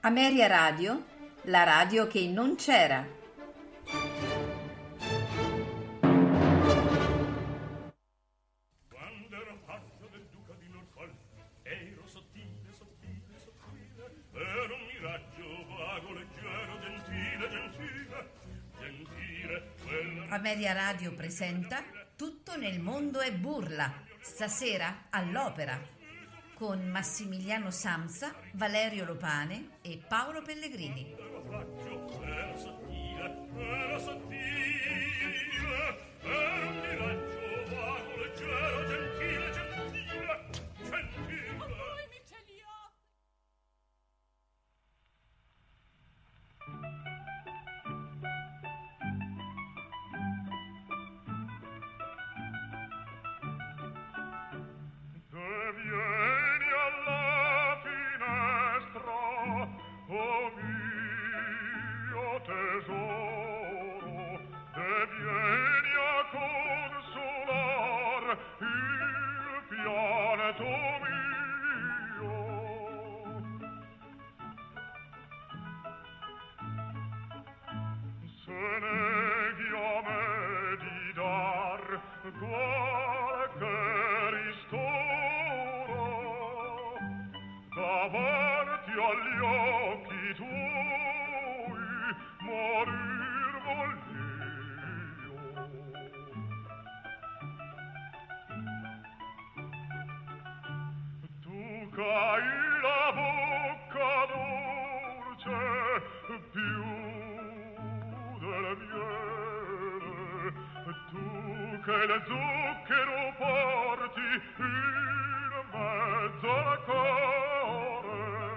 Ameria Radio, la radio che non c'era. Quando ero paggio del duca di Norfolk, ero sottile, sottile, sottile, ero un miraggio vago, leggero, gentile, gentile, gentile. Ameria Radio presenta Tutto nel mondo è burla, stasera all'Opera, con Massimiliano Samsa, Valerio Lopane e Paolo Pellegrini. Era sottile, era sottile, era un miraggio vago, leggero, gentile, gentile, gentile. Ma poi mi ce li ho! Vieni alla finestra, oh mio tesoro, e vieni a consolar il pianto mio. Se neghi a me di dar qualche ristoro, davanti agli occhi tuoi morir voglio. Tu c'hai la bocca dolce più del miele, tu che il zucchero porti in mezzo al cuore.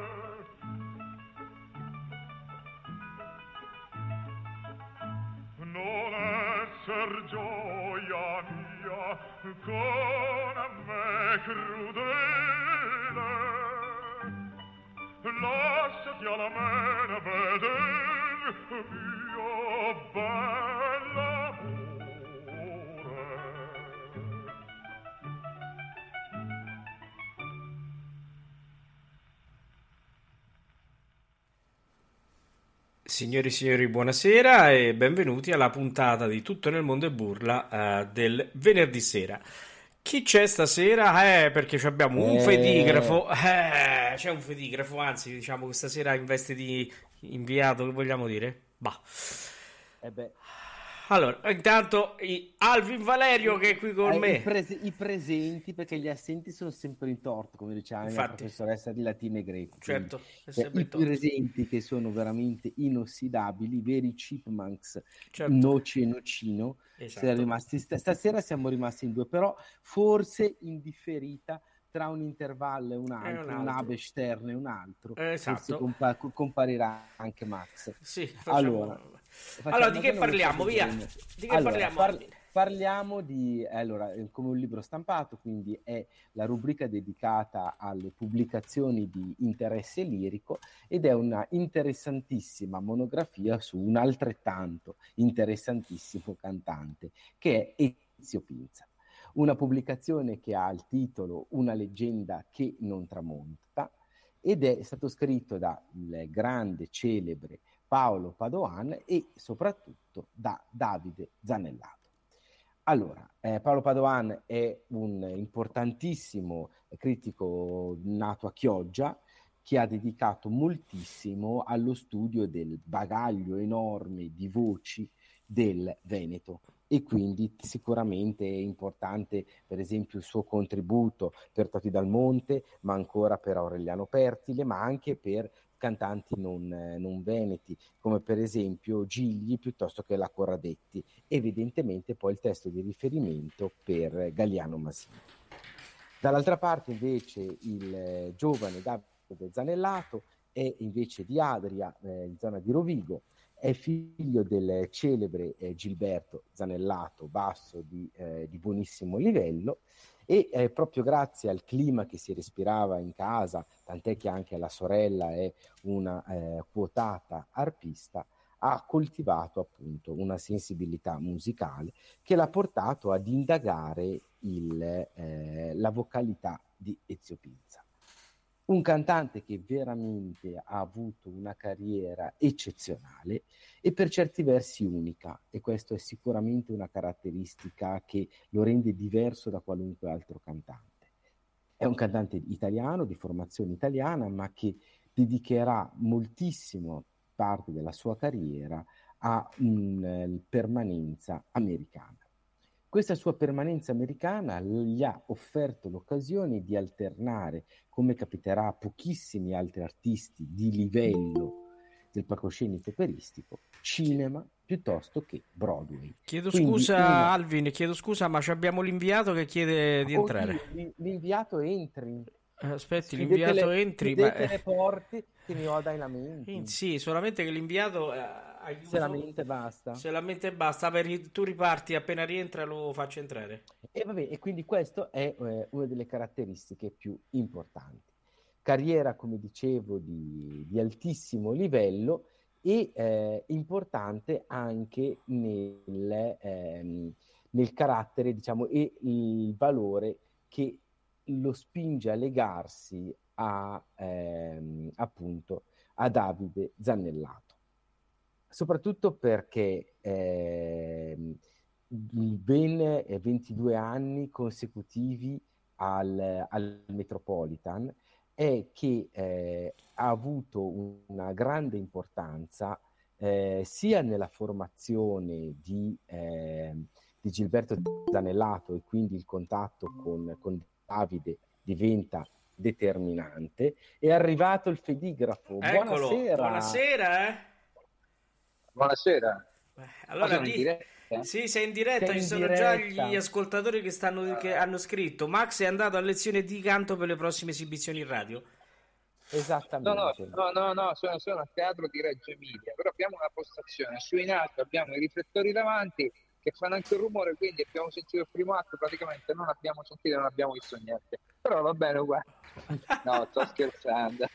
Non esser gioia mia con me crudele, lasciati alla mene veder mio bell'amore. Signori e signori, buonasera e benvenuti alla puntata di Tutto nel mondo è burla del venerdì sera. Chi c'è stasera? Perché abbiamo un fedigrafo. C'è un fedigrafo, anzi, diciamo questa sera in veste di inviato, che vogliamo dire? Bah. Allora, intanto Alvin Valerio che è qui con me. I presenti, perché gli assenti sono sempre in torto, come diceva la mia professoressa di latino e greco. Certo, I presenti che sono veramente inossidabili, veri chipmunks, certo. Noci e Nocino. Esatto. Siamo rimasti, stasera siamo rimasti in due, però forse in differita tra un intervallo e un altro, un Abestern e un altro, esatto. forse comparirà anche Max. Sì, allora, di che parliamo? Via. Di che parliamo? Parliamo di, come un libro stampato, quindi è la rubrica dedicata alle pubblicazioni di interesse lirico ed è una interessantissima monografia su un altrettanto interessantissimo cantante che è Ezio Pinza. Una pubblicazione che ha il titolo Una leggenda che non tramonta ed è stato scritto dal grande, celebre Paolo Padoan e soprattutto da Davide Zanellato. Allora, Paolo Padoan è un importantissimo critico nato a Chioggia che ha dedicato moltissimo allo studio del bagaglio enorme di voci del Veneto. E quindi sicuramente è importante, per esempio, il suo contributo per Toti Dal Monte, ma ancora per Aureliano Pertile, ma anche per cantanti non veneti, come per esempio Gigli piuttosto che la Corradetti. Evidentemente poi il testo di riferimento per Galliano Masini. Dall'altra parte invece il giovane Davide Zanellato è invece di Adria, in zona di Rovigo. È figlio del celebre Gilberto Zanellato, basso di buonissimo livello, e proprio grazie al clima che si respirava in casa, tant'è che anche la sorella è una quotata arpista, ha coltivato appunto una sensibilità musicale che l'ha portato ad indagare la vocalità di Ezio Pinza. Un cantante che veramente ha avuto una carriera eccezionale e per certi versi unica, e questo è sicuramente una caratteristica che lo rende diverso da qualunque altro cantante. È un cantante italiano, di formazione italiana, ma che dedicherà moltissimo parte della sua carriera a permanenza americana. Questa sua permanenza americana gli ha offerto l'occasione di alternare, come capiterà a pochissimi altri artisti di livello del palcoscenico operistico, cinema piuttosto che Broadway. Chiedo scusa, Alvin, ma abbiamo l'inviato che chiede di entrare. L'inviato entri. Aspetti, l'inviato entri. Chiudete le porte che ne ho dai lamenti. Sì, solamente che l'inviato se la mente basta. Se la mente basta, tu riparti, appena rientra lo faccio entrare. E quindi questo è una delle caratteristiche più importanti. Carriera, come dicevo, di altissimo livello e importante anche nel carattere, diciamo, e il valore che lo spinge a legarsi appunto a Davide Zannellato. Soprattutto perché ben 22 anni consecutivi al Metropolitan e che ha avuto una grande importanza sia nella formazione di Gilberto Zannellato, e quindi il contatto con Davide diventa determinante. È arrivato il fedigrafo. Eccolo. Buonasera. Buonasera. Allora, sì, sei in diretta. Ci sono già gli ascoltatori che hanno scritto: Max è andato a lezione di canto per le prossime esibizioni in radio. Esattamente. No, sono a teatro di Reggio Emilia, però abbiamo una postazione su in alto, abbiamo i riflettori davanti che fanno anche un rumore, quindi abbiamo sentito il primo atto, praticamente non abbiamo sentito, non abbiamo visto niente, però va bene uguale. No, sto scherzando.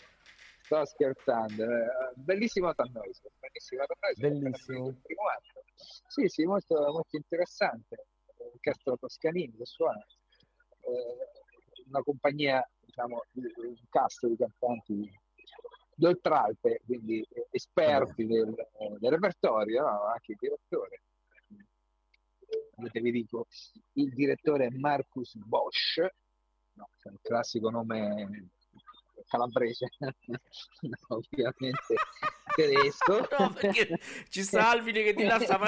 Bellissimo Tannoise, bellissimo. Il primo atto. Sì, molto, molto interessante. Orchestra Toscanini che suona, una compagnia, diciamo, un cast di cantanti d'Oltralpe, quindi esperti del repertorio, no? Anche il direttore. Vi dico, il direttore è Marcus Bosch, no, è un classico nome calabrese, no, ovviamente tedesco. No, perché ci sta Alvine che ti lascia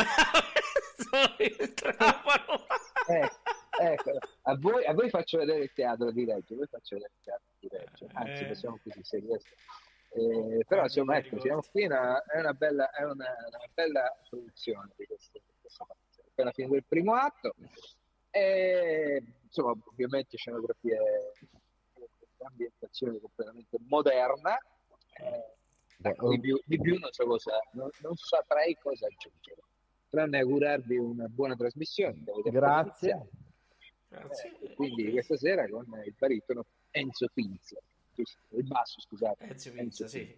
ecco, a voi faccio vedere il teatro di Reggio, anzi possiamo così se riesco. Però insomma, ecco, siamo qui, è una bella soluzione di questo appena finito il primo atto, e insomma ovviamente scenografie, ambientazione completamente moderna, di più non so cosa, non saprei cosa aggiungere, tranne augurarvi una buona trasmissione. Grazie. Quindi questa sera con il baritono Enzo Pinza, il basso, scusate, Enzo Pinza, sì.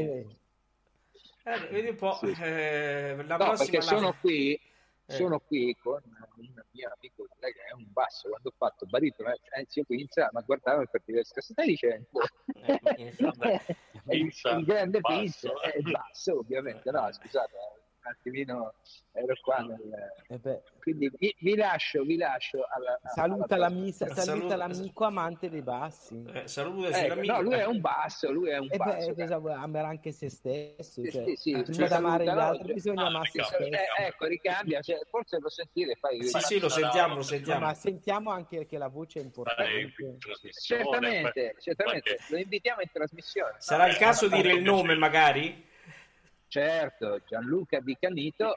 Vedi un po', la prossima, perché sono qui con un mio amico che è un basso. Quando ho fatto baritono Enzo Pinza, ma guardavo per dire: cosa stai dicendo? Il grande Pinza è il basso, ovviamente. No, scusate, un attimino ero qua quindi vi lascio saluta l'amico amante dei bassi. No, lui è un basso, amare anche se stesso, sì, prima di amare gli altri bisogna amarsi stesso. Ecco, ricambia, forse lo sentite, sì, lo sentiamo. Ma sentiamo anche che la voce è importante. Certamente, lo invitiamo in trasmissione. Sarà il caso di dire il nome, magari? Certo, Gianluca Di Canito.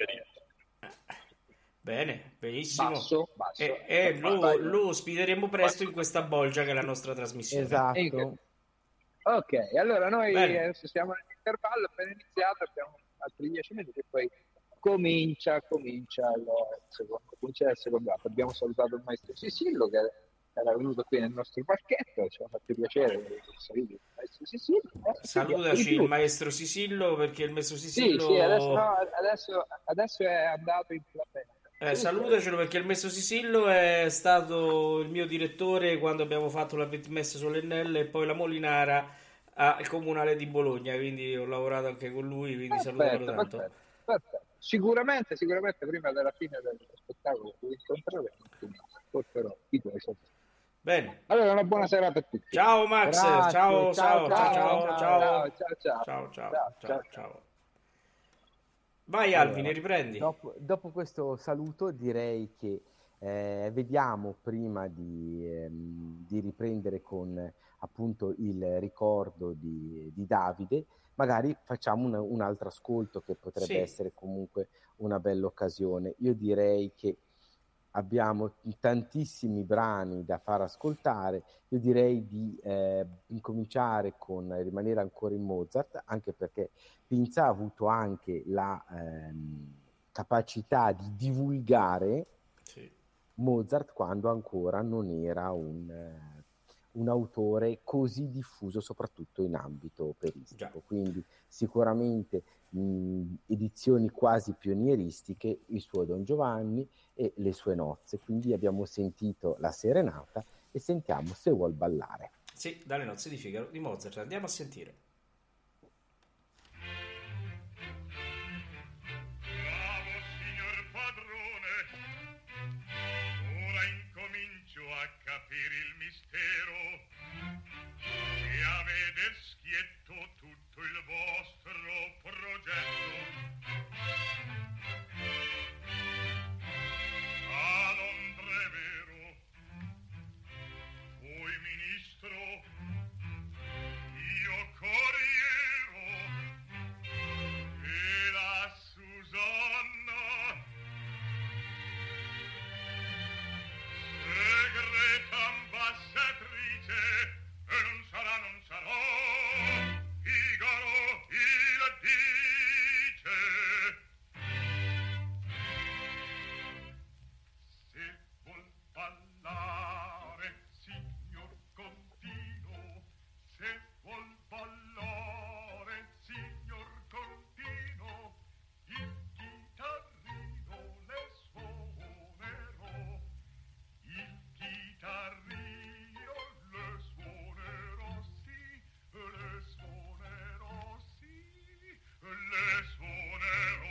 Bene, benissimo. Basso. Lo ospiteremo presto in questa bolgia che è la nostra trasmissione. Esatto. Ok, allora noi adesso siamo nell'intervallo, appena iniziato, abbiamo altri 10 minuti e poi comincia il secondo atto. Abbiamo salutato il maestro Sisillo che era venuto qui nel nostro parchetto, ci ha fatto piacere salutare il maestro Sisillo. Salutaci il maestro Sisillo, perché il maestro Sisillo... Sì, adesso è andato in platea. Salutacelo, perché il maestro Sisillo è stato il mio direttore quando abbiamo fatto la messa solennelle e poi la Molinara al Comunale di Bologna, quindi ho lavorato anche con lui, quindi salutalo tanto. Perfetto. Sicuramente prima della fine dello spettacolo vi incontreremo, quindi porterò i tuoi soldi. Bene. Allora, una buona serata a tutti. Ciao Max, Grazie, ciao. Vai Alvin, riprendi. Dopo questo saluto direi che vediamo, prima di riprendere con appunto il ricordo di Davide, magari facciamo un altro ascolto che potrebbe essere comunque una bella occasione. Io direi che abbiamo tantissimi brani da far ascoltare. Io direi di incominciare con rimanere ancora in Mozart, anche perché Pinza ha avuto anche la capacità di divulgare Mozart quando ancora non era un autore così diffuso, soprattutto in ambito operistico. Quindi sicuramente edizioni quasi pionieristiche, il suo Don Giovanni e le sue nozze. Quindi abbiamo sentito la Serenata e sentiamo Se vuol ballare. Sì, dalle nozze di Figaro di Mozart. Andiamo a sentire. Bravo signor padrone, ora incomincio a capire il mistero e a veder schietto tutto il vostro progetto. A Londra è vero, voi ministro, io corriero e la Susanna segreta ambasciatrice, e non sarà, Figaro il dice. Se vuol ballare, signor Contino, se vuol ballare, signor Contino, il chitarrino le suonerò, il chitarrino le suonerò, sì, le suonerò, sì, le suonerò.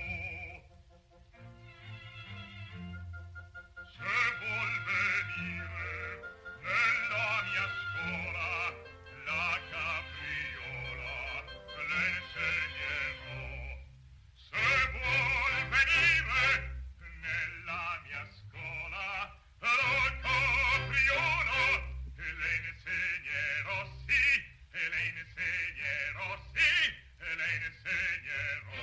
Se vuol venire nella mia scuola la capriola le insegnerò. Se vuol venire nella mia scuola la capriola le insegnerò, sì, le insegnerò, sì, le insegnerò.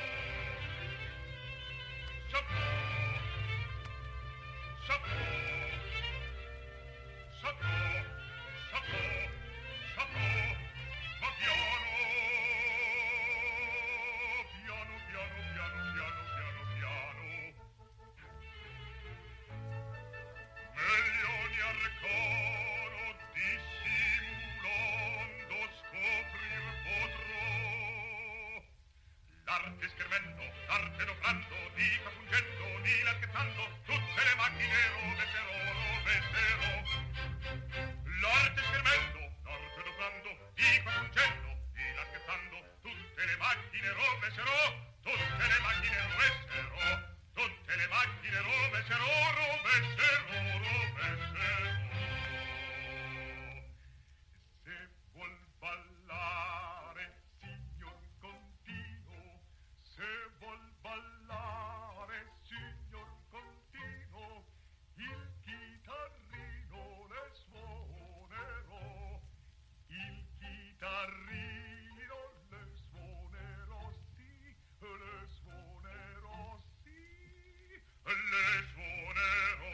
Ma piano, meglio di arcano dissimulando scoprir potrò l'arte schermendo, l'arte doprando, dica fungendo, dila scherzando, tutte le macchine roveserò. L'arte schermendo, l'arte doprando, dica fungendo, dila scherzando, tutte le macchine roveserò, tutte le macchine roveserò, tutte le macchine roveserò. Se vuol ballare, signor Contino, se vuol ballare, signor Contino, il chitarrino le suonerò, il chitarrino le suonerò, sì, le suonerò, sì, le suonerò.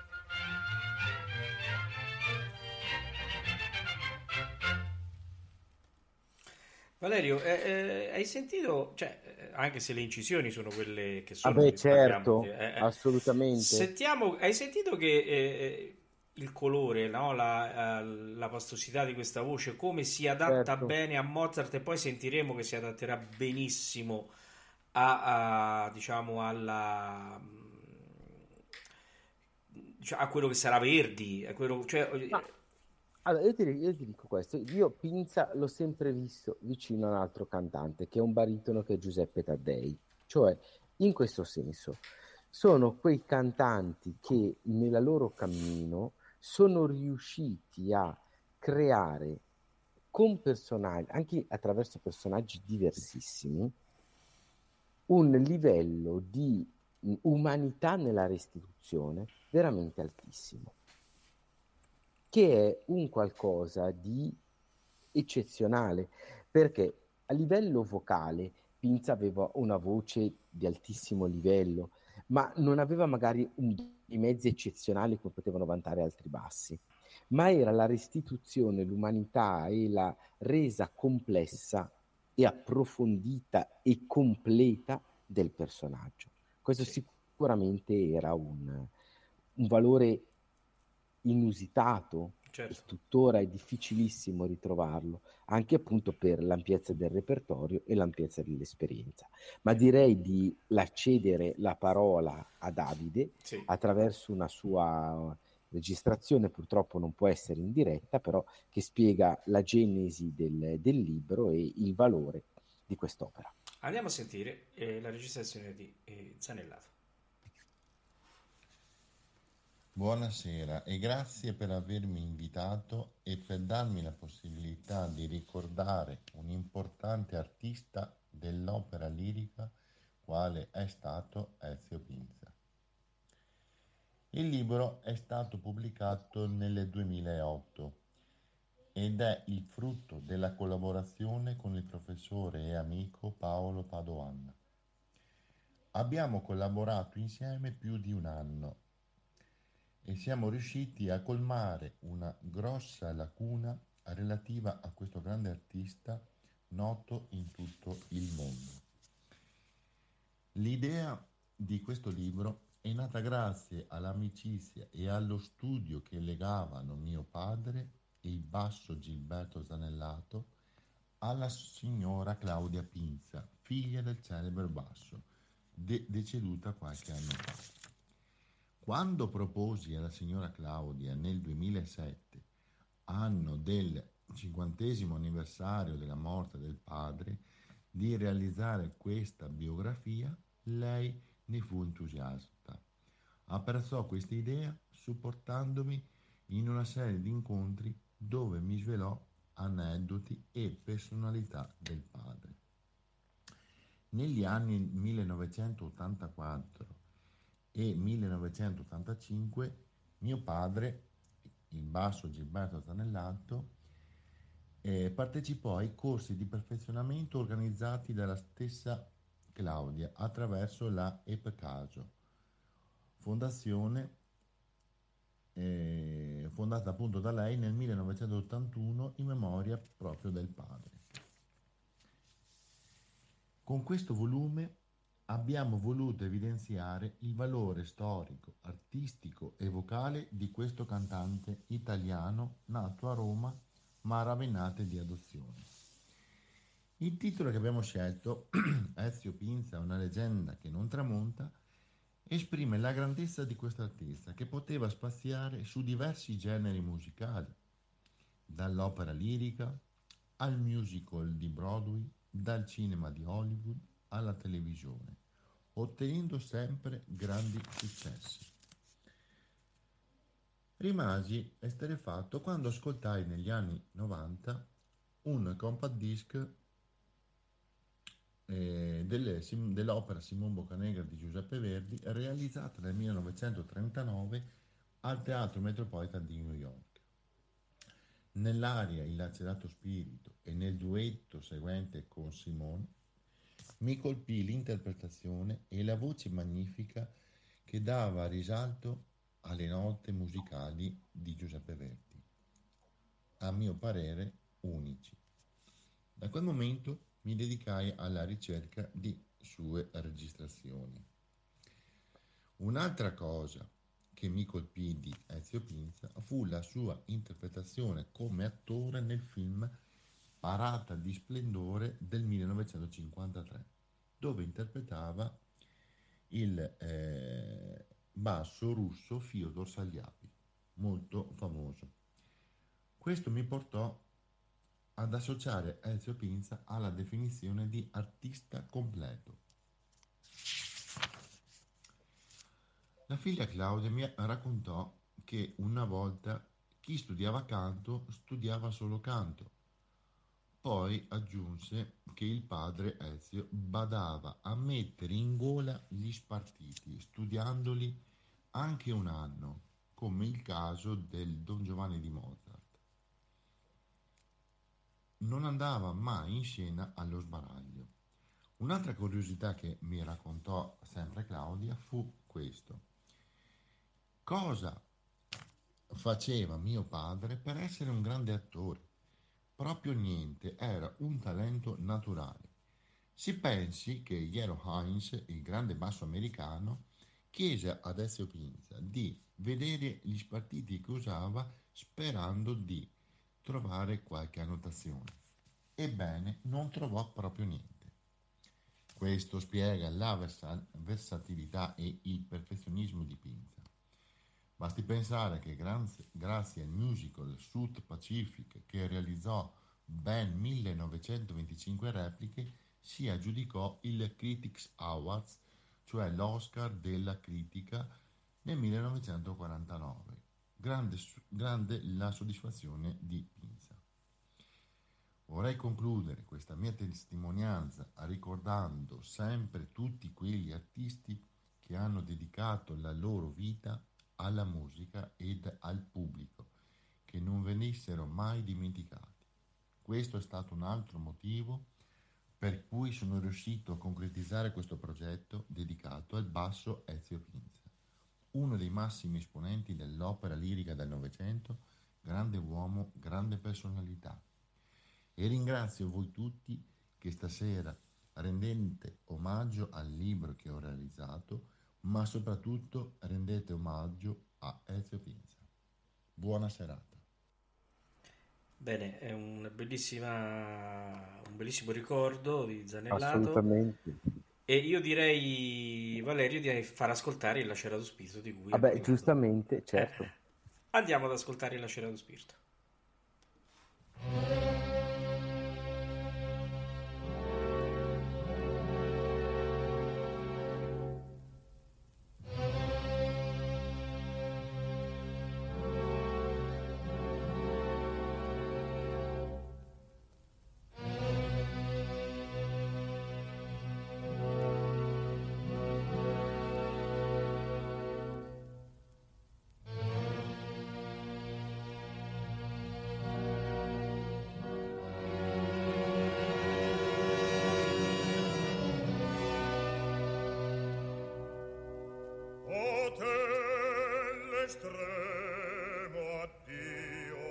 Valerio, hai sentito, cioè, anche se le incisioni sono quelle che sono... Vabbè, certo, assolutamente. Sentiamo, hai sentito che il colore, no? La pastosità di questa voce, come si adatta bene a Mozart, e poi sentiremo che si adatterà benissimo diciamo cioè, a quello che sarà Verdi, a quello, cioè, Ma allora, io ti dico questo, io Pinza l'ho sempre visto vicino a un altro cantante, che è un baritono, che è Giuseppe Taddei. Cioè, in questo senso, sono quei cantanti che nel loro cammino sono riusciti a creare con personaggi, anche attraverso personaggi diversissimi, un livello di umanità nella restituzione veramente altissimo, che è un qualcosa di eccezionale, perché a livello vocale Pinza aveva una voce di altissimo livello, ma non aveva magari i mezzi eccezionali come potevano vantare altri bassi, ma era la restituzione, l'umanità e la resa complessa e approfondita e completa del personaggio. Questo sì, sicuramente era un valore inusitato, e certo. tuttora è difficilissimo ritrovarlo, anche appunto per l'ampiezza del repertorio e l'ampiezza dell'esperienza. Ma direi di cedere la parola a Davide Sì. attraverso una sua registrazione, purtroppo non può essere in diretta, però che spiega la genesi del libro e il valore di quest'opera. Andiamo a sentire la registrazione di Zanellato. Buonasera e grazie per avermi invitato e per darmi la possibilità di ricordare un importante artista dell'opera lirica quale è stato Ezio Pinza. Il libro è stato pubblicato nel 2008 ed è il frutto della collaborazione con il professore e amico Paolo Padoan. Abbiamo collaborato insieme più di un anno e siamo riusciti a colmare una grossa lacuna relativa a questo grande artista noto in tutto il mondo. L'idea di questo libro è nata grazie all'amicizia e allo studio che legavano mio padre, il basso Gilberto Zanellato, alla signora Claudia Pinza, figlia del celebre basso, deceduta qualche anno fa. Quando proposi alla signora Claudia nel 2007, anno del 50° anniversario della morte del padre, di realizzare questa biografia, lei ne fu entusiasta. Apprezzò questa idea supportandomi in una serie di incontri dove mi svelò aneddoti e personalità del padre. Negli anni 1984 e 1985 mio padre, il basso Gilberto Zanellato, partecipò ai corsi di perfezionamento organizzati dalla stessa Claudia attraverso la EPCASO, fondazione fondata appunto da lei nel 1981 in memoria proprio del padre. Con questo volume abbiamo voluto evidenziare il valore storico, artistico e vocale di questo cantante italiano nato a Roma ma ravennate di adozione. Il titolo che abbiamo scelto, Ezio Pinza, una leggenda che non tramonta, esprime la grandezza di questo artista che poteva spaziare su diversi generi musicali, dall'opera lirica al musical di Broadway, dal cinema di Hollywood alla televisione, ottenendo sempre grandi successi. Rimasi esterrefatto quando ascoltai negli anni 90 un compact disc dell'opera Simon Boccanegra di Giuseppe Verdi, realizzata nel 1939 al Teatro Metropolitan di New York. Nell'aria Il lacerato spirito e nel duetto seguente con Simone mi colpì l'interpretazione e la voce magnifica che dava risalto alle note musicali di Giuseppe Verdi, a mio parere unici. Da quel momento mi dedicai alla ricerca di sue registrazioni. Un'altra cosa che mi colpì di Ezio Pinza fu la sua interpretazione come attore nel film Parata di splendore del 1953, dove interpretava il basso russo Fyodor Saliapi, molto famoso. Questo mi portò ad associare Ezio Pinza alla definizione di artista completo. La figlia Claudia mi raccontò che una volta chi studiava canto studiava solo canto. Poi aggiunse che il padre Ezio badava a mettere in gola gli spartiti, studiandoli anche un anno, come il caso del Don Giovanni di Mozart. Non andava mai in scena allo sbaraglio. Un'altra curiosità che mi raccontò sempre Claudia fu questo. Cosa faceva mio padre per essere un grande attore? Proprio niente, era un talento naturale. Si pensi che Jero Heinz, il grande basso americano, chiese ad Ezio Pinza di vedere gli spartiti che usava sperando di trovare qualche annotazione. Ebbene, non trovò proprio niente. Questo spiega la versatilità e il perfezionismo di Pinza. Basti pensare che grazie al musical South Pacific, che realizzò ben 1925 repliche, si aggiudicò il Critics Awards, cioè l'Oscar della critica, nel 1949. Grande la soddisfazione di Pinza. Vorrei concludere questa mia testimonianza ricordando sempre tutti quegli artisti che hanno dedicato la loro vita alla musica ed al pubblico, che non venissero mai dimenticati. Questo è stato un altro motivo per cui sono riuscito a concretizzare questo progetto dedicato al basso Ezio Pinza, uno dei massimi esponenti dell'opera lirica del Novecento, grande uomo, grande personalità. E ringrazio voi tutti che stasera rendete omaggio al libro che ho realizzato, ma soprattutto rendete omaggio a Ezio Pinza. Buona serata. Bene, è un bellissimo ricordo di Zanellato. Assolutamente. E io direi, Valerio, di far ascoltare il Lacerato Spirito di cui Vabbè, giustamente, certo. Andiamo ad ascoltare il Lacerato Spirito. Estremo addio,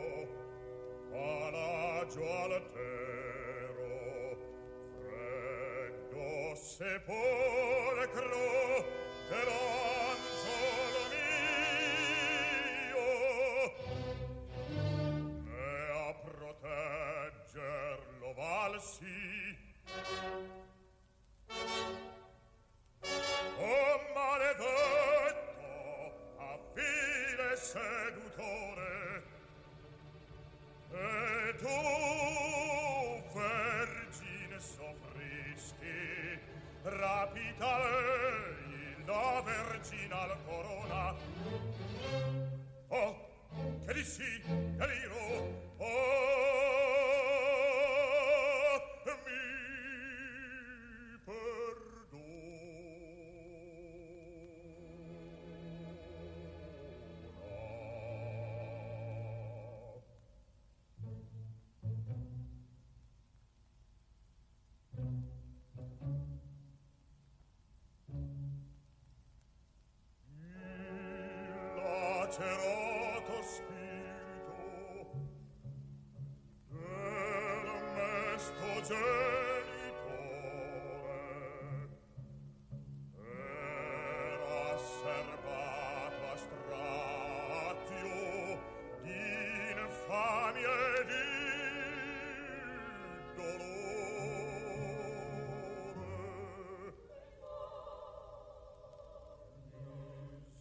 palaggio altero, freddo sepolcro dell'angelo mio, e a proteggerlo valsi. Oh maledetto, affine sedutore, e tu, vergine, soffristi, rapita lei la verginal corona. Oh, che dissi, deliro, mi lacerato spirito del mesto genitore era serbato a strazio d'infamia e di dolore.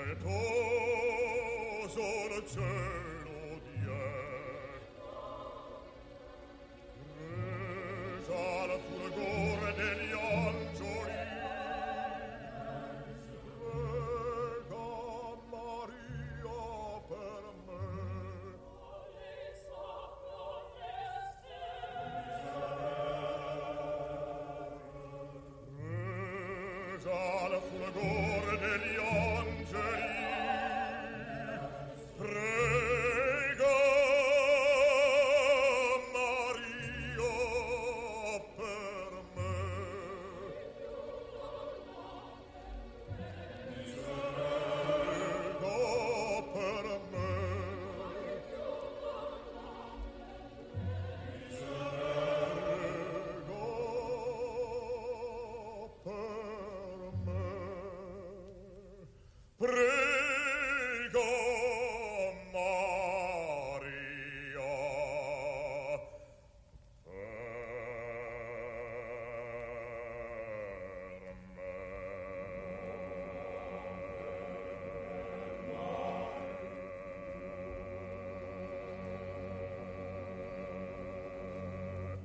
pietoso cielo dier, resa al fulgore degli angeli, prega Maria per me. Resa al fulgore degli angeli, prega Maria per me. Prega per me. Prego Maria per me.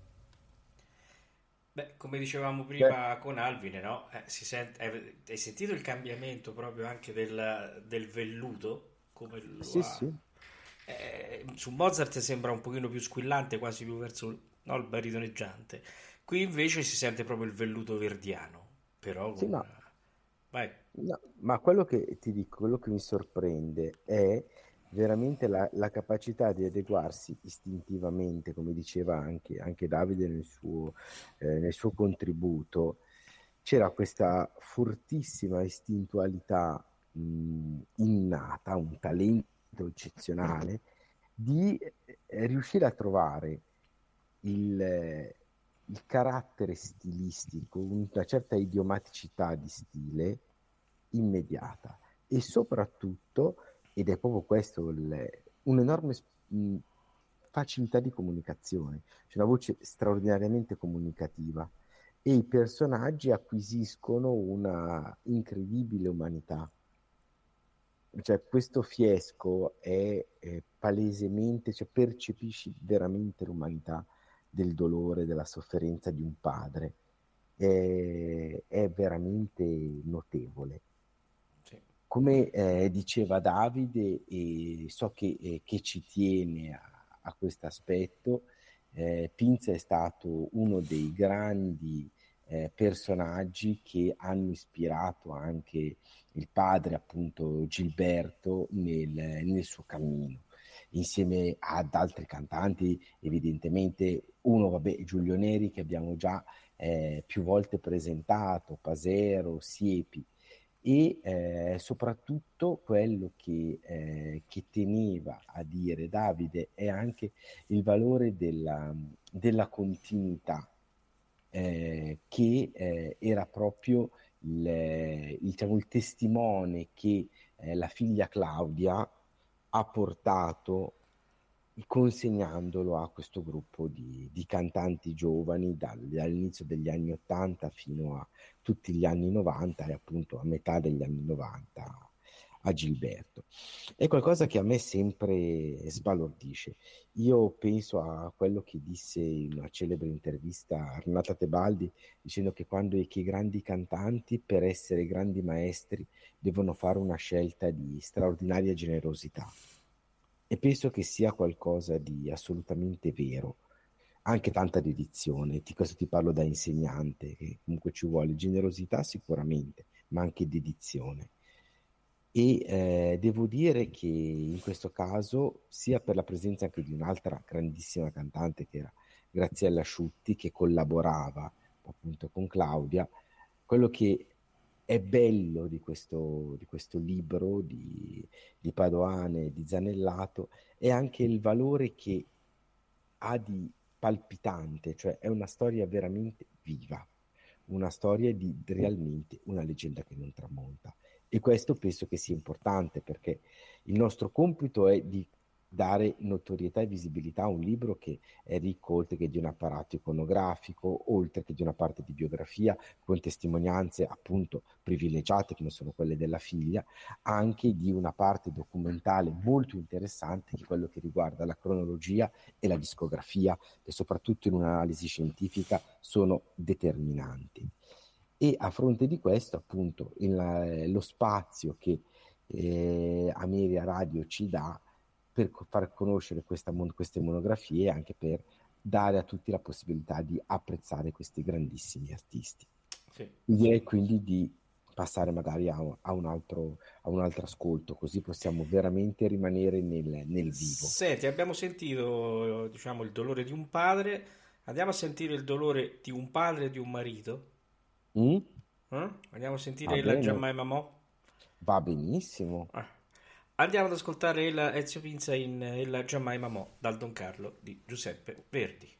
Beh, come dicevamo prima con Alvin, no? Si sente, hai sentito il cambiamento proprio anche del velluto? Come lo Sì, ha... sì. Su Mozart sembra un pochino più squillante, quasi più verso no, il baritoneggiante. Qui invece si sente proprio il velluto verdiano, però Sì, con... Vai. no, ma quello che ti dico, quello che mi sorprende è veramente la capacità di adeguarsi istintivamente, come diceva anche Davide nel suo contributo. C'era questa fortissima istintualità innata, un talento eccezionale di riuscire a trovare il carattere stilistico, una certa idiomaticità di stile immediata e soprattutto, ed è proprio questo, un'enorme facilità di comunicazione, cioè una voce straordinariamente comunicativa e i personaggi acquisiscono una incredibile umanità. Cioè, questo Fiesco è palesemente, cioè percepisci veramente l'umanità del dolore, della sofferenza di un padre. È veramente notevole. Sì. Come diceva Davide, e so che ci tiene a questo aspetto, Pinza è stato uno dei grandi personaggi che hanno ispirato anche il padre, appunto Gilberto, nel suo cammino, insieme ad altri cantanti, evidentemente uno, vabbè, Giulio Neri, che abbiamo già più volte presentato, Pasero, Siepi, e soprattutto quello che teneva a dire Davide è anche il valore della continuità, che era proprio diciamo, il testimone che la figlia Claudia ha portato consegnandolo a questo gruppo di cantanti giovani dall'inizio degli anni 80 fino a tutti gli anni 90 e appunto a metà degli anni 90 a Gilberto. È qualcosa che a me sempre sbalordisce. Io penso a quello che disse in una celebre intervista a Renata Tebaldi, dicendo che che i grandi cantanti, per essere grandi maestri, devono fare una scelta di straordinaria generosità. E penso che sia qualcosa di assolutamente vero, anche tanta dedizione. Questo ti parlo da insegnante, che comunque ci vuole generosità sicuramente, ma anche dedizione. E devo dire che in questo caso, sia per la presenza anche di un'altra grandissima cantante che era Graziella Asciutti, che collaborava appunto con Claudia, quello che è bello di questo libro di Padoane e di Zanellato è anche il valore che ha di palpitante, cioè è una storia veramente viva, una storia di realmente una leggenda che non tramonta. E questo penso che sia importante, perché il nostro compito è di dare notorietà e visibilità a un libro che è ricco, oltre che di un apparato iconografico, oltre che di una parte di biografia, con testimonianze appunto privilegiate come sono quelle della figlia, anche di una parte documentale molto interessante, che è quello che riguarda la cronologia e la discografia, che soprattutto in un'analisi scientifica sono determinanti. E a fronte di questo, appunto, lo spazio che Ameria Radio ci dà per far conoscere queste monografie e anche per dare a tutti la possibilità di apprezzare questi grandissimi artisti. Sì. Direi quindi di passare magari a un altro ascolto, così possiamo veramente rimanere nel vivo. Senti, abbiamo sentito, diciamo, il dolore di un padre, andiamo a sentire il dolore di un padre e di un marito. Andiamo a sentire la Giammai Mamò. Va benissimo. Andiamo ad ascoltare Ezio Pinza in la Giammai Mamò dal Don Carlo di Giuseppe Verdi.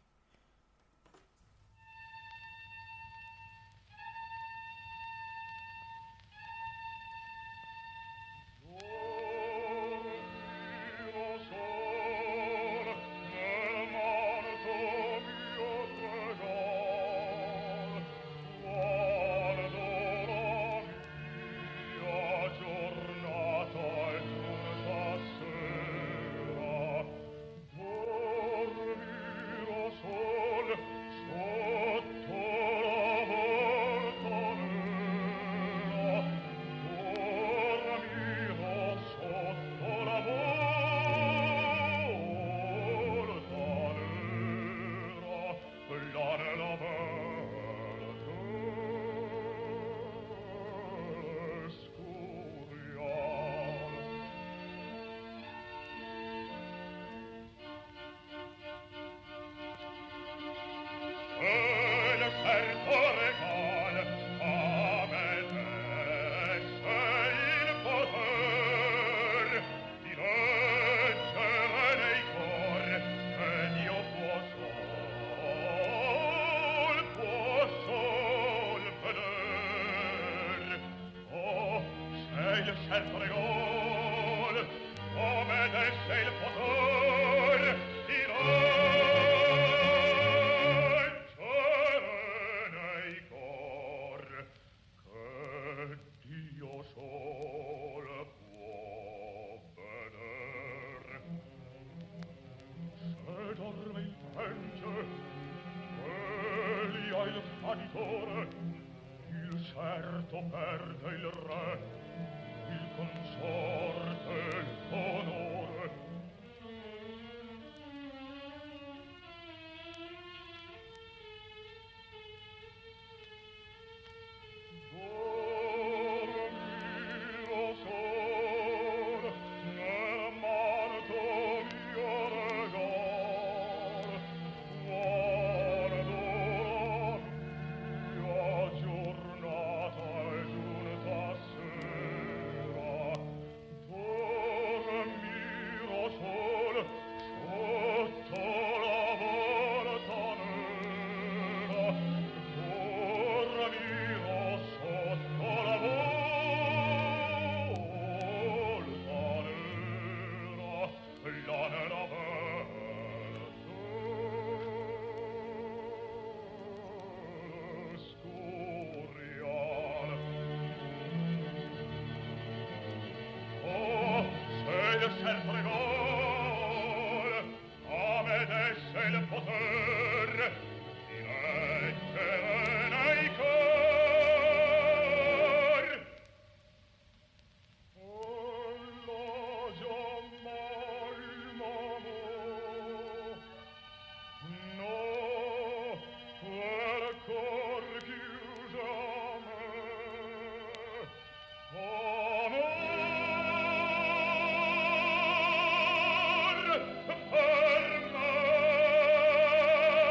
Per me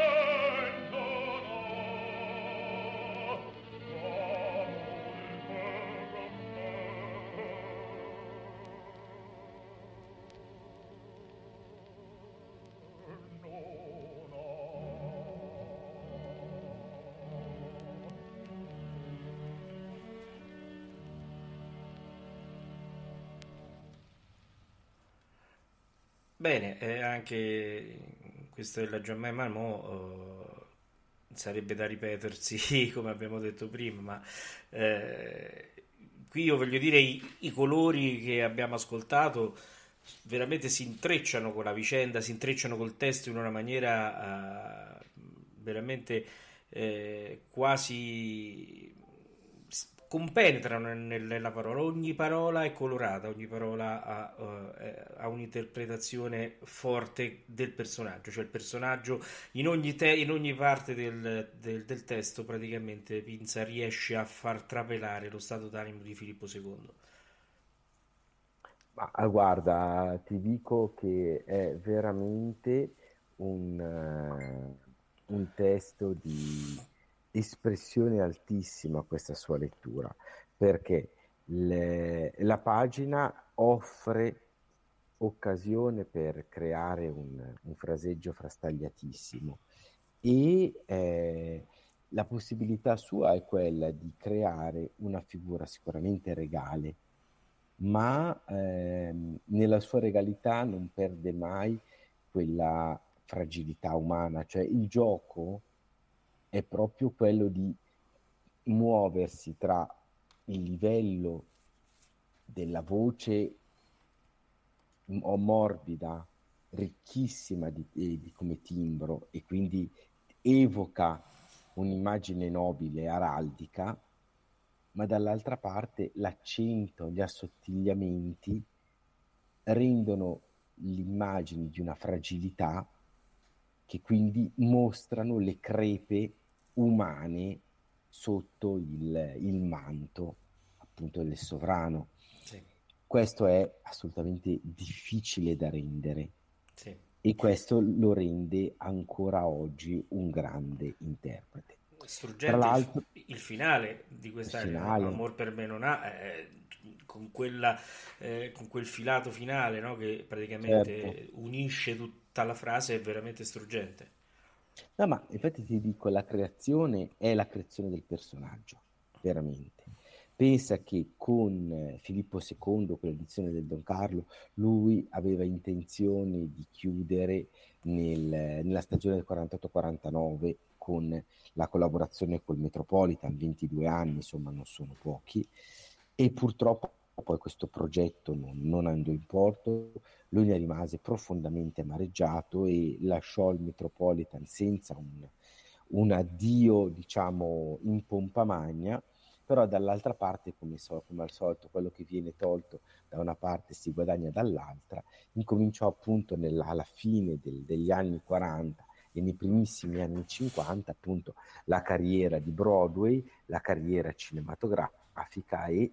Bene, anche questa della Giammai Marmot sarebbe da ripetersi, come abbiamo detto prima, ma qui io voglio dire i colori che abbiamo ascoltato veramente si intrecciano con la vicenda, si intrecciano col testo in una maniera veramente quasi compenetrano nella parola, ogni parola è colorata, ogni parola ha un'interpretazione forte del personaggio, cioè il personaggio in ogni parte del testo praticamente Pinza riesce a far trapelare lo stato d'animo di Filippo II. Ma guarda, ti dico che è veramente un testo di espressione altissima questa sua lettura, perché la pagina offre occasione per creare un fraseggio frastagliatissimo e la possibilità sua è quella di creare una figura sicuramente regale, ma nella sua regalità non perde mai quella fragilità umana, cioè il gioco è proprio quello di muoversi tra il livello della voce morbida, ricchissima come timbro e quindi evoca un'immagine nobile, araldica, ma dall'altra parte l'accento, gli assottigliamenti rendono l'immagine di una fragilità che quindi mostrano le crepe umane sotto il manto appunto del sovrano. Sì. Questo è assolutamente difficile da rendere, Sì. e questo lo rende ancora oggi un grande interprete. Struggente Tra l'altro, il finale di questa Amor per me non ha con quel filato finale, no, che praticamente unisce tutta la frase, è veramente struggente. No, ma infatti ti dico, la creazione è la creazione del personaggio, veramente. Pensa che con Filippo II, con l'edizione del Don Carlo, lui aveva intenzione di chiudere nella stagione del 48-49 con la collaborazione col Metropolitan, 22 anni, insomma non sono pochi, e purtroppo poi questo progetto non andò in porto, lui ne rimase profondamente amareggiato e lasciò il Metropolitan senza un addio, diciamo, in pompa magna, però dall'altra parte, come al solito, quello che viene tolto da una parte si guadagna dall'altra. Incominciò appunto alla fine degli anni 40 e nei primissimi anni 50 appunto la carriera di Broadway, la carriera cinematografica e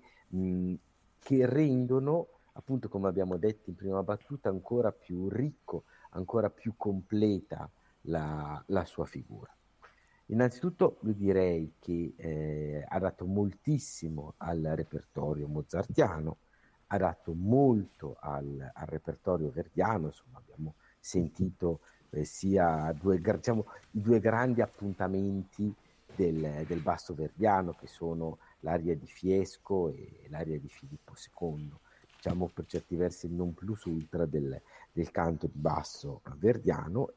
che rendono appunto, come abbiamo detto in prima battuta, ancora più ricco, ancora più completa la sua figura. Innanzitutto io direi che ha dato moltissimo al repertorio mozartiano, ha dato molto al repertorio verdiano, insomma abbiamo sentito sia diciamo, i due grandi appuntamenti del basso verdiano, che sono l'aria di Fiesco e l'aria di Filippo II, diciamo per certi versi il non plus ultra del canto di basso verdiano,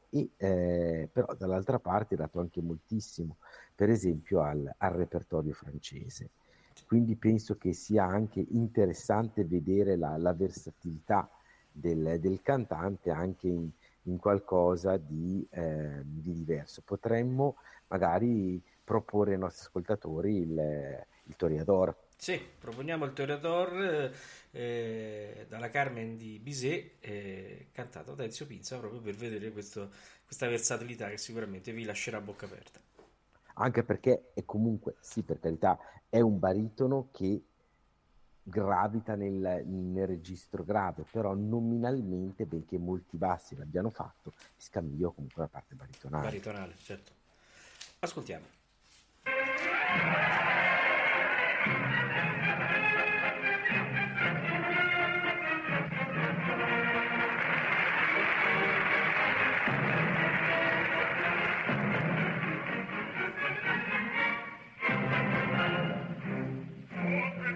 e però dall'altra parte ha dato anche moltissimo, per esempio, al repertorio francese. Quindi penso che sia anche interessante vedere la versatilità del cantante anche in qualcosa di diverso. Potremmo magari proporre ai nostri ascoltatori il Toreador. Sì, proponiamo il Toreador dalla Carmen di Bizet, cantato da Ezio Pinza, proprio per vedere questa versatilità che sicuramente vi lascerà a bocca aperta. Anche perché è comunque, sì, per carità, è un baritono che gravita nel registro grave, però nominalmente, benché molti bassi l'abbiano fatto, scambiò comunque la parte baritonale. Baritonale, certo. Ascoltiamo.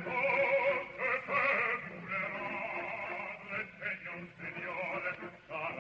Signore,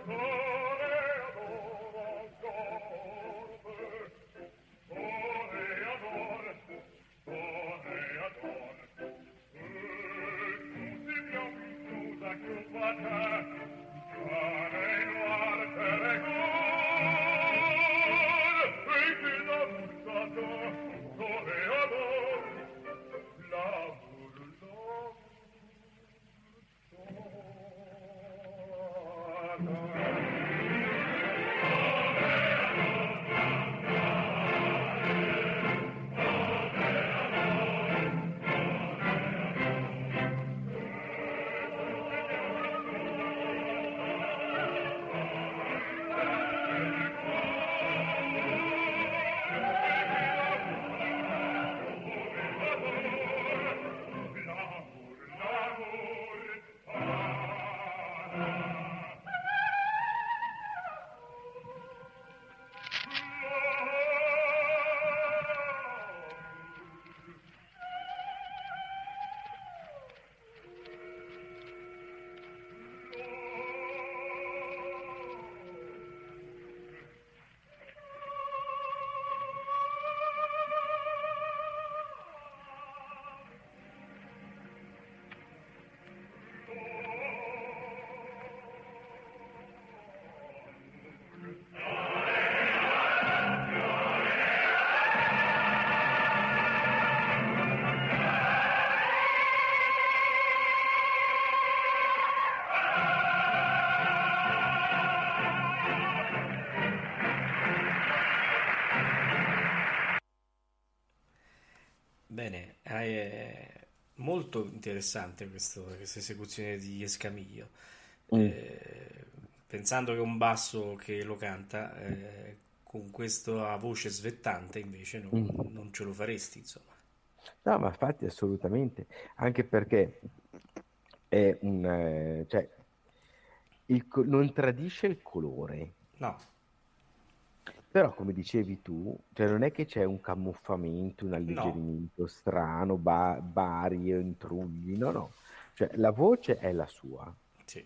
Bene, è molto interessante questa esecuzione di Escamillo. Pensando che un basso che lo canta con questa voce svettante invece non ce lo faresti, insomma. No, ma infatti assolutamente, anche perché è cioè, non tradisce il colore, No, però come dicevi tu, cioè non è che c'è un camuffamento, un no, alleggerimento strano, barie, intrugli, no, cioè la voce è la sua, sì,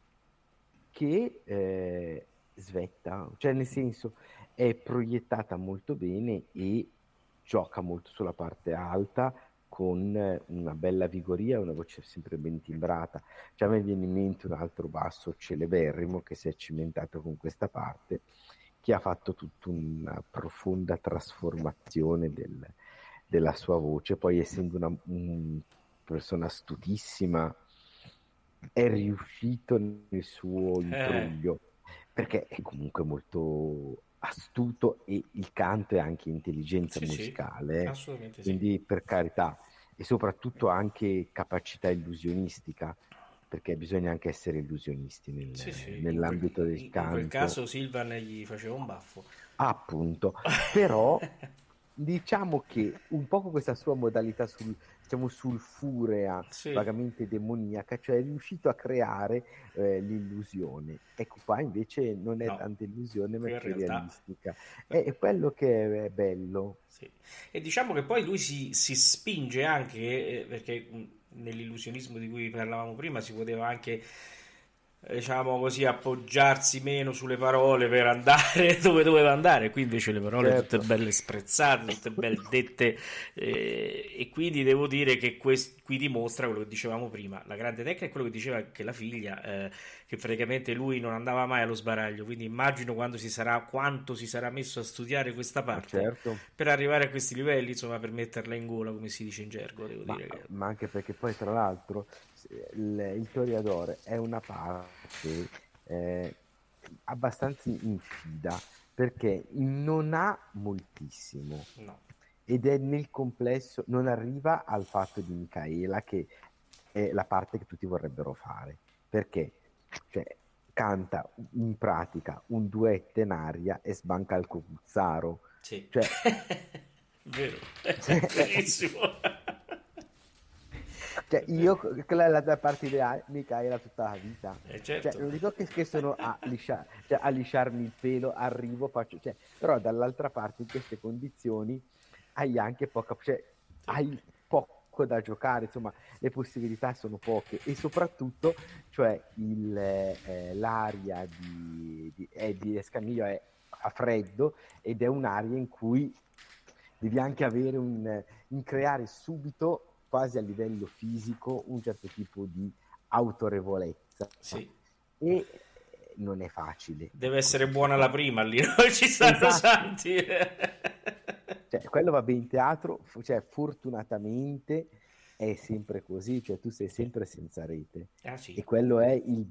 che svetta, cioè nel senso è proiettata molto bene e gioca molto sulla parte alta con una bella vigoria, una voce sempre ben timbrata. Cioè, a me viene in mente un altro basso celeberrimo che si è cimentato con questa parte, che ha fatto tutta una profonda trasformazione della sua voce, poi essendo una persona astutissima è riuscito nel suo intruglio, perché è comunque molto astuto e il canto è anche intelligenza sì, musicale, assolutamente sì. quindi per carità, e soprattutto anche capacità illusionistica, perché bisogna anche essere illusionisti Sì, nell'ambito del in quel canto. caso Silvan gli faceva un baffo. Appunto, però diciamo che un po' questa sua modalità sulfurea, Sì, vagamente demoniaca, cioè è riuscito a creare l'illusione. Ecco qua invece non è no, tanta illusione qui in realtà materialistica. È quello che è bello. sì. E diciamo che poi lui si spinge anche, perché nell'illusionismo di cui parlavamo prima si poteva anche, diciamo così, appoggiarsi meno sulle parole per andare dove doveva andare. Qui invece le parole tutte Certo. belle sprezzate, tutte belle dette, e quindi devo dire che qui dimostra quello che dicevamo prima, la grande tecnica è quello che diceva anche la figlia, che praticamente lui non andava mai allo sbaraglio, quindi immagino quanto si sarà messo a studiare questa Ma parte certo, per arrivare a questi livelli, insomma, per metterla in gola, come si dice in gergo, devo dire che... ma anche perché poi tra l'altro il Toreador è una parte abbastanza infida, perché non ha moltissimo No, ed è nel complesso, non arriva al fatto di Micaela, che è la parte che tutti vorrebbero fare, perché cioè, canta in pratica un duetto in aria e sbanca il cocuzzaro. sì, Cioè, vero, benissimo. cioè io quella è la parte ideale, Micaela tutta la vita. Certo. Cioè, non dico che sono a lisciarmi il pelo, arrivo, faccio, cioè, però dall'altra parte in queste condizioni hai anche poca, cioè, hai poco da giocare, insomma le possibilità sono poche, e soprattutto cioè l'aria di Escamillo è a freddo, ed è un'aria in cui devi anche avere in creare subito, quasi a livello fisico, un certo tipo di autorevolezza. Sì. E non è facile. Deve essere buona la prima lì, non ci stanno santi. Cioè, quello va bene in teatro, cioè fortunatamente è sempre così, cioè tu sei sempre senza rete. Sì. E quello è il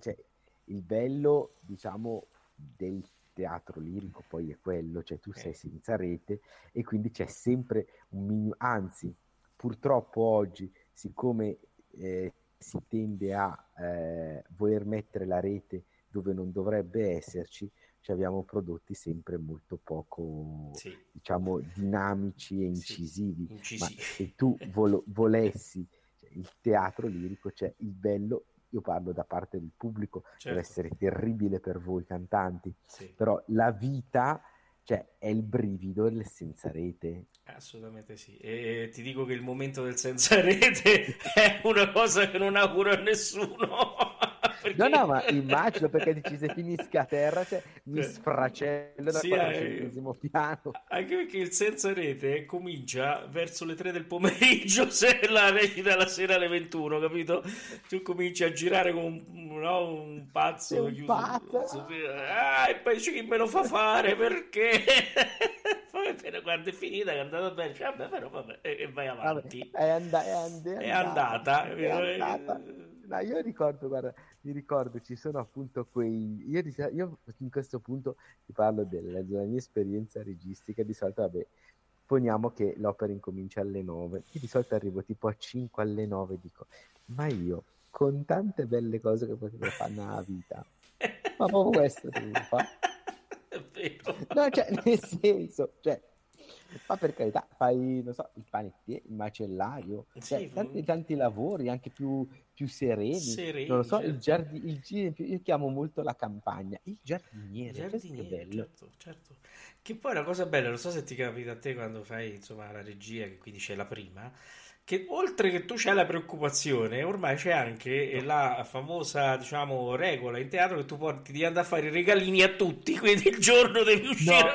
bello, diciamo, del teatro lirico, poi è quello, cioè tu sei senza rete e quindi c'è sempre un minimo, anzi, purtroppo oggi, siccome si tende a voler mettere la rete dove non dovrebbe esserci, cioè abbiamo prodotti sempre molto poco, diciamo, dinamici e incisivi. Ma se tu volessi il teatro lirico, cioè il bello, io parlo da parte del pubblico, deve essere terribile per voi cantanti, però la vita, cioè, è il brivido del senza rete. Assolutamente sì, e ti dico che il momento del senza rete è una cosa che non auguro a nessuno. Perché... No, ma immagino, perché dici se finisca a terra, cioè, mi sfracello da 40° piano. Anche perché il senza rete comincia verso le 3 del pomeriggio, se la recita la sera alle 21, capito? Tu cominci a girare come un pazzo. Un pazzo. E poi dici chi me lo fa fare, perché? Poi quando è finita, che è andata bene, dice, vabbè, e vai avanti. È andata. No, io ricordo, guarda, mi ricordo, ci sono appunto quei... Io in questo punto ti parlo della mia esperienza registica. Di solito, vabbè, poniamo che l'opera incomincia alle 9, io di solito arrivo tipo a 5 alle 9 e dico, ma io, con tante belle cose che potevo fare nella vita, ma proprio questo devo fare. È vero. No, cioè, nel senso, cioè, ma per carità, fai, non so, il panettiere, il macellaio, cioè, tanti lavori anche più sereni, non lo so, certo. io chiamo molto la campagna, il giardiniere, che bello. Certo. Che poi è una cosa bella, non so se ti capita a te quando fai, insomma, la regia, che quindi c'è la prima, che oltre che tu c'hai la preoccupazione, ormai c'è anche la famosa, diciamo, regola in teatro che tu devi andare a fare i regalini a tutti, quindi il giorno devi uscire.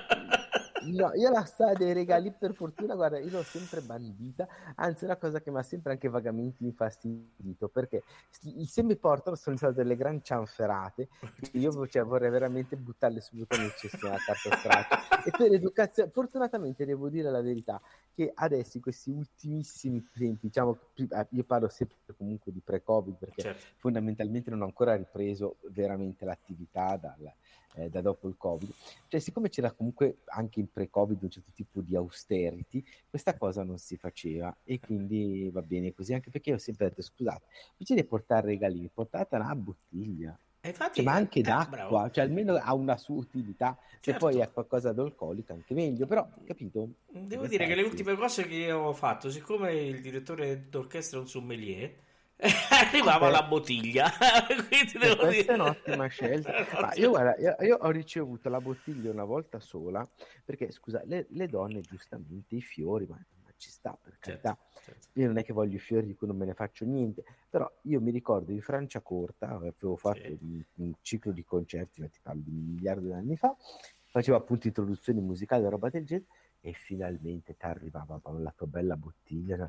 No, io la storia dei regali, per fortuna, guarda, io l'ho sempre bandita, anzi è una cosa che mi ha sempre anche vagamente infastidito, perché se mi portano sono state delle gran cianferate, io vorrei veramente buttarle subito nel cestino la carta straccia. E per educazione, fortunatamente devo dire la verità, che adesso in questi ultimissimi tempi, diciamo, io parlo sempre comunque di pre-Covid, perché fondamentalmente non ho ancora ripreso veramente l'attività da dopo il Covid, cioè siccome c'era comunque anche in pre-Covid un certo tipo di austerity, questa cosa non si faceva, e quindi va bene così, anche perché io ho sempre detto, scusate, invece di portare regalini, portate una bottiglia, infatti, ma anche d'acqua, bravo. cioè almeno ha una sua utilità, se poi è qualcosa d'alcolico anche meglio, però, capito? Devo dire che le ultime cose che ho fatto, siccome il direttore d'orchestra è un sommelier, arrivava la bottiglia. Quindi devo questa dire... è un'ottima scelta. Ma io, guarda, io ho ricevuto la bottiglia una volta sola, perché scusa, le donne giustamente i fiori, ma ci sta, per carità. Certo. Io non è che voglio i fiori di cui non me ne faccio niente, però io mi ricordo di Franciacorta, avevo fatto un ciclo di concerti, ti parlo di un miliardo di anni fa, facevo appunto introduzioni musicali e roba del genere, e finalmente ti arrivava la tua bella bottiglia.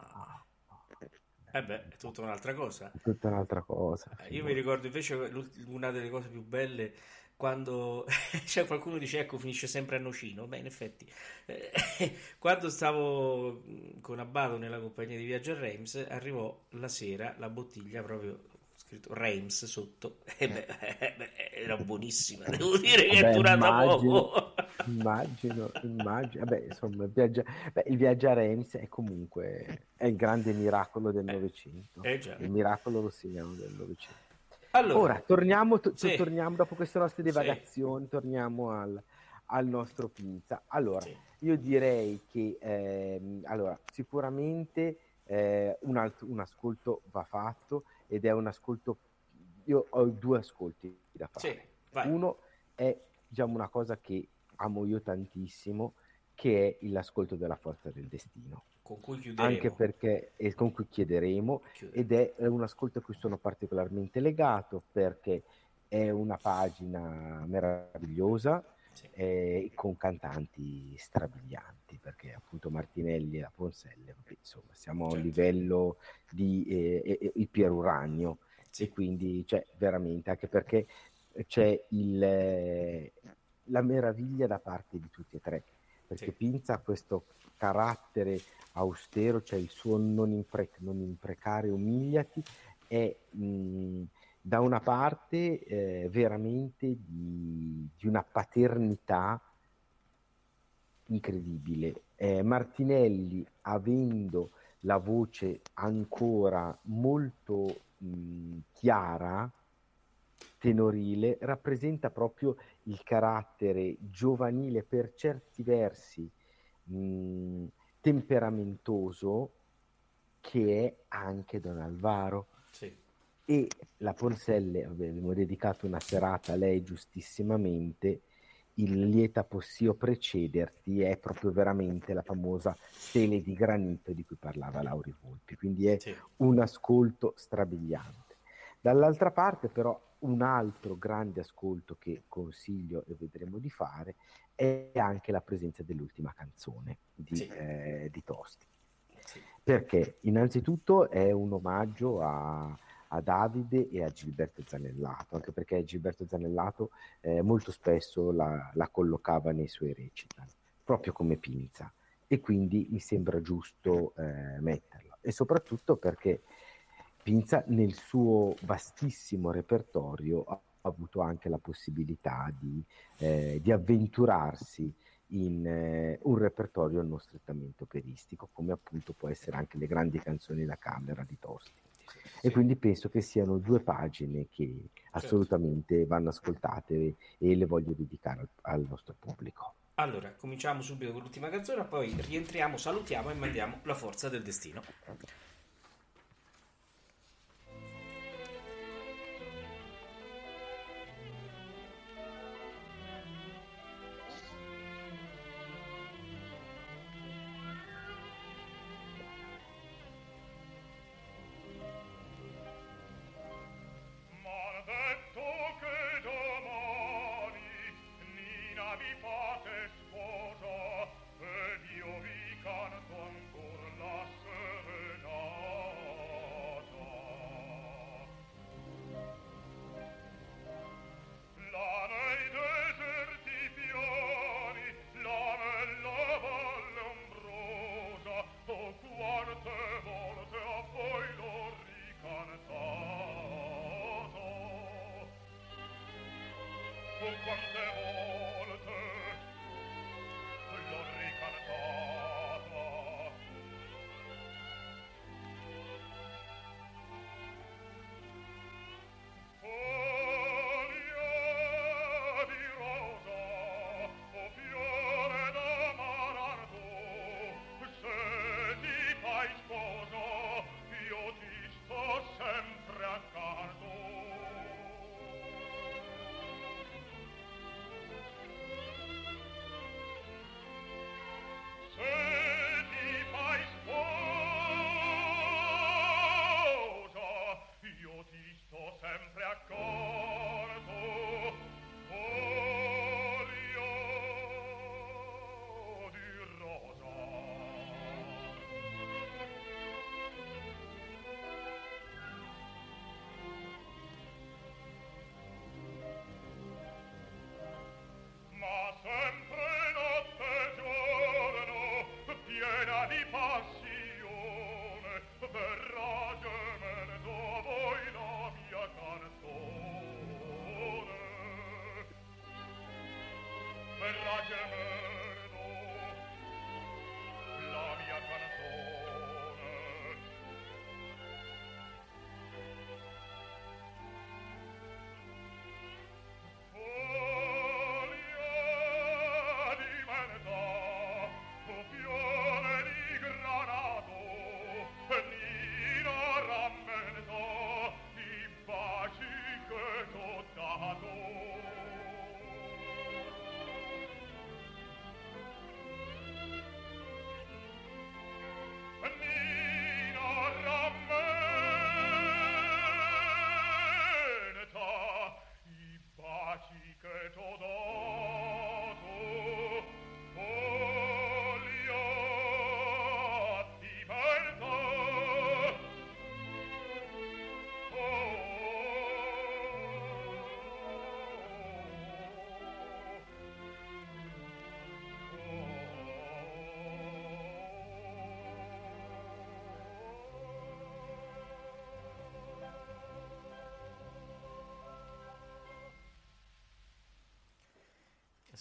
È tutta un'altra cosa. Tutta un'altra cosa. Io mi ricordo invece una delle cose più belle, quando c'è qualcuno dice ecco finisce sempre a Nocino. Beh, in effetti quando stavo con Abbato nella compagnia di viaggio a Reims, arrivò la sera la bottiglia proprio scritto Reims sotto, era buonissima, devo dire che è durata poco. Immagino. Vabbè, insomma, il viaggio a Reims è comunque il grande miracolo del Novecento, il miracolo rossiniano del Novecento. Allora, ora torniamo dopo queste nostre divagazioni, torniamo al nostro Pinza. Allora, io direi che sicuramente un ascolto va fatto, ed è un ascolto, io ho 2 ascolti da fare. Uno è, diciamo, una cosa che amo io tantissimo, che è l'ascolto della Forza del Destino. con cui chiuderemo. Anche perché, e con cui chiederemo, ed è un ascolto a cui sono particolarmente legato, perché è una pagina meravigliosa, Sì. con cantanti strabilianti, perché appunto Martinelli e la Ponselle, vabbè, insomma, siamo a un Certo. livello di il Pier Uranio, Sì. e quindi cioè, veramente, anche perché c'è la meraviglia da parte di tutti e tre, perché Sì. Pinza ha questo carattere austero, cioè il suo non imprecare, umiliati, è da una parte veramente di una paternità incredibile. Martinelli, avendo la voce ancora molto chiara, tenorile, rappresenta proprio il carattere giovanile, per certi versi temperamentoso, che è anche Don Alvaro. Sì. E la Ponselle, abbiamo dedicato una serata a lei giustissimamente. Il lieta possio precederti è proprio veramente la famosa stele di granito di cui parlava Lauri Volpi, quindi è Sì. un ascolto strabiliante. Dall'altra parte però un altro grande ascolto che consiglio e vedremo di fare è anche la presenza dell'ultima canzone di, Sì. di Tosti, Sì. perché innanzitutto è un omaggio a Davide e a Gilberto Zanellato, anche perché Gilberto Zanellato molto spesso la collocava nei suoi recital, proprio come Pinza, e quindi mi sembra giusto metterlo, e soprattutto perché Pinza nel suo vastissimo repertorio ha avuto anche la possibilità di avventurarsi in un repertorio non strettamente operistico, come appunto può essere anche le grandi canzoni da camera di Tosti. Sì. E quindi penso che siano due pagine che assolutamente vanno ascoltate, e le voglio dedicare al nostro pubblico. Allora, cominciamo subito con l'ultima canzone, poi rientriamo, salutiamo e mandiamo La forza del destino.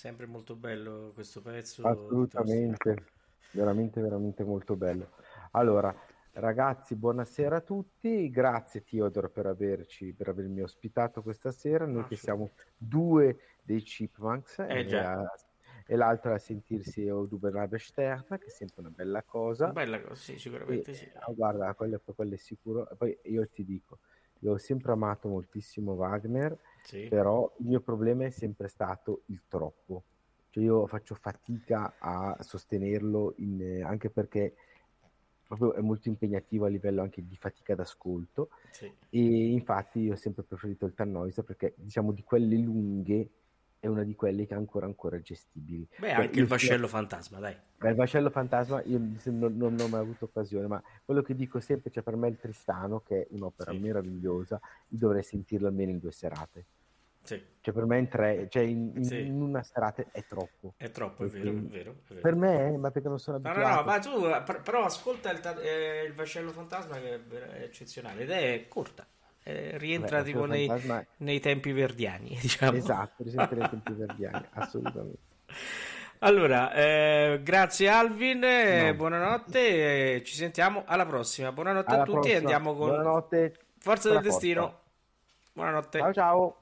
sempre molto bello questo pezzo. Assolutamente, veramente, veramente molto bello. Allora, ragazzi, buonasera a tutti. Grazie Theodore per avermi ospitato questa sera. Noi che siamo due dei Chipmunks e l'altro a sentirsi Oduber Stern, che è sempre una bella cosa. Bella cosa, sì, sicuramente sì. Guarda, quello è sicuro. E poi io ti dico, io ho sempre amato moltissimo Wagner, sì. però il mio problema è sempre stato il troppo. Cioè io faccio fatica a sostenerlo, anche perché proprio è molto impegnativo a livello anche di fatica d'ascolto. Sì. E infatti io ho sempre preferito il Tannhäuser perché, diciamo, di quelle lunghe è una di quelle che è ancora gestibili. Beh, anche il Vascello Fantasma, dai. Il Vascello Fantasma io non ho mai avuto occasione, ma quello che dico sempre, cioè per me il Tristano, che è un'opera meravigliosa, io dovrei sentirlo almeno in 2 serate. Sì. Cioè per me in 3, cioè in una serata è troppo. È troppo, è vero. Per me, ma perché non sono abituato. No, ma tu però ascolta il Vascello Fantasma, che è eccezionale ed è corta. Rientra tipo nei tempi verdiani, diciamo. Esatto, rientra nei tempi verdiani, assolutamente. Allora, grazie Alvin, buonanotte, ci sentiamo alla prossima. Buonanotte a tutti e andiamo con buonanotte, Forza del Destino. Buonanotte. Ciao.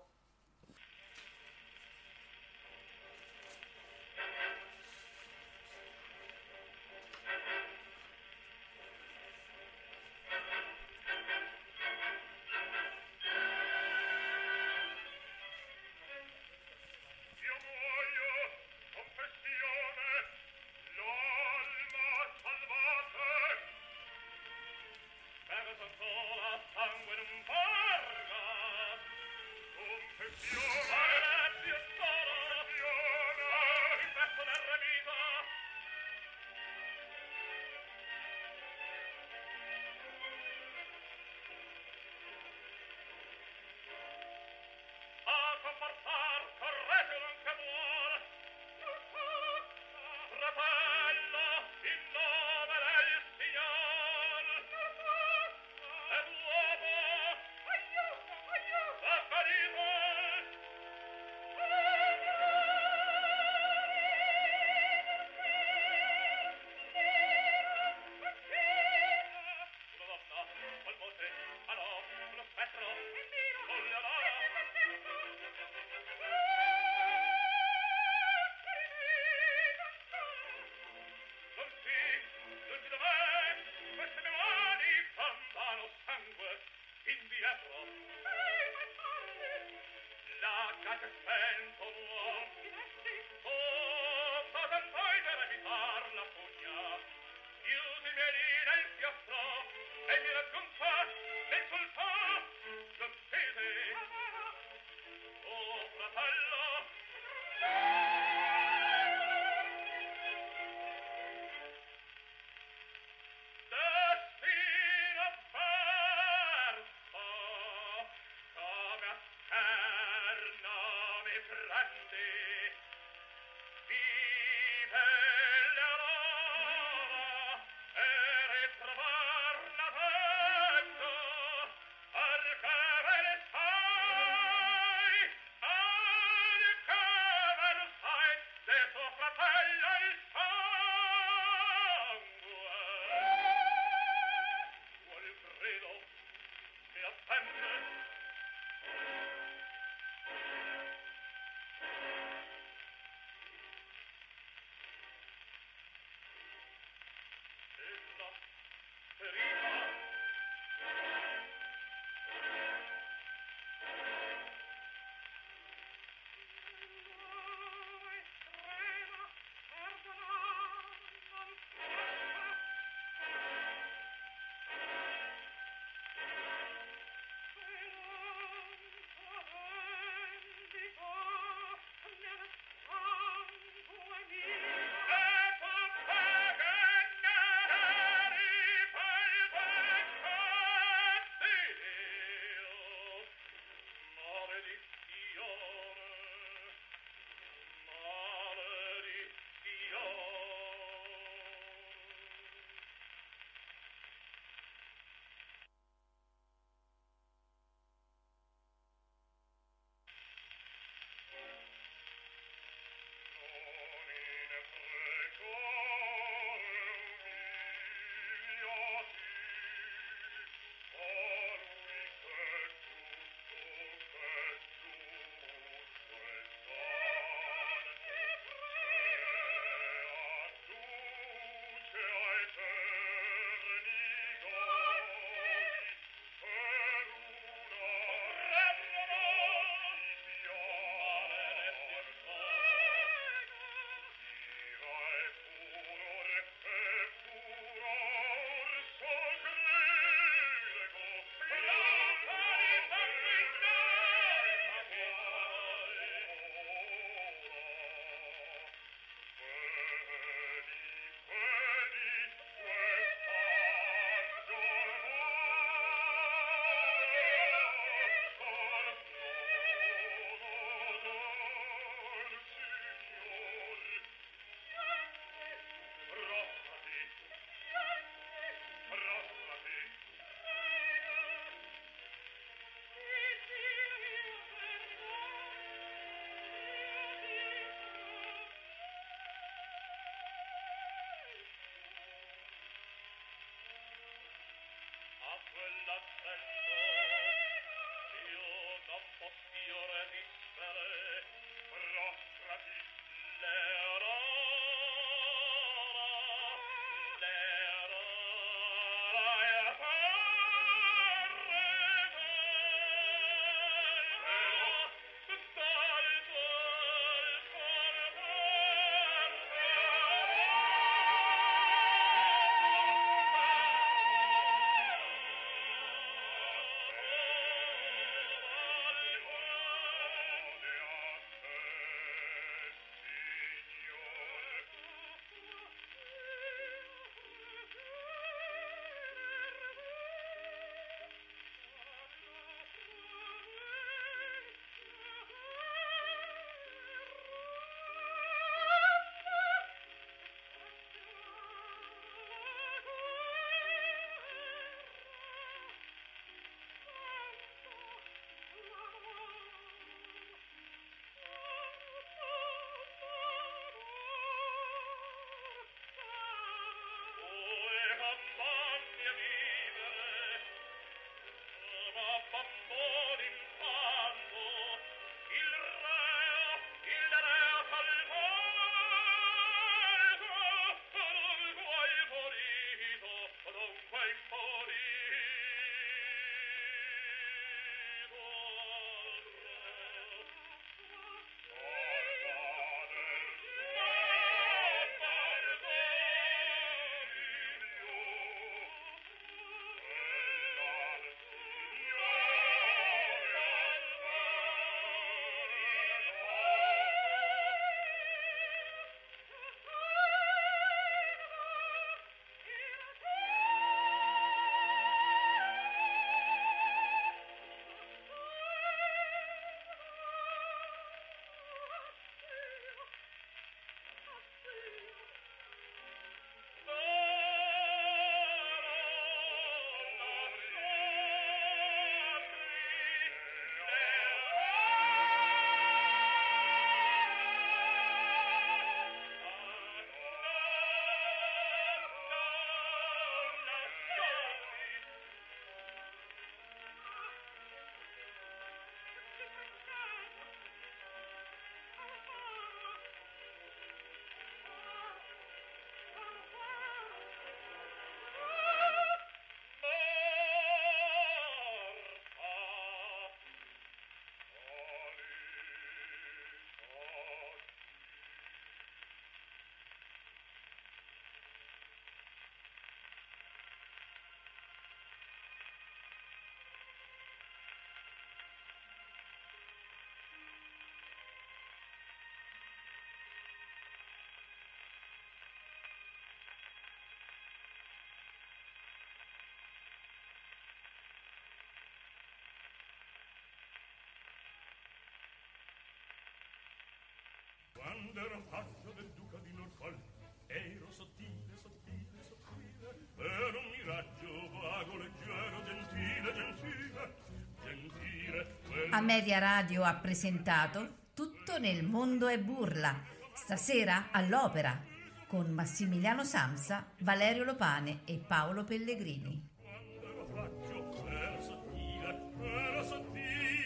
Quando ero paggio del duca di Norfolk, ero sottile, sottile, sottile, ero un miraggio vago, leggero, gentile, gentile, gentile. Ameria Radio ha presentato Tutto nel mondo è burla, stasera all'Opera, con Massimiliano Samsa, Valerio Lopane e Paolo Pellegrini. Quando ero paggio, ero sottile, ero sottile,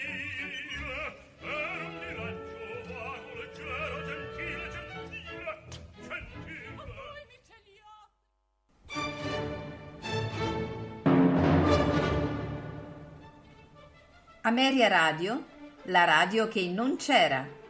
ero un miraggio vago, leggero, gentile, gentile, gentile. Ameria Radio, la radio che non c'era.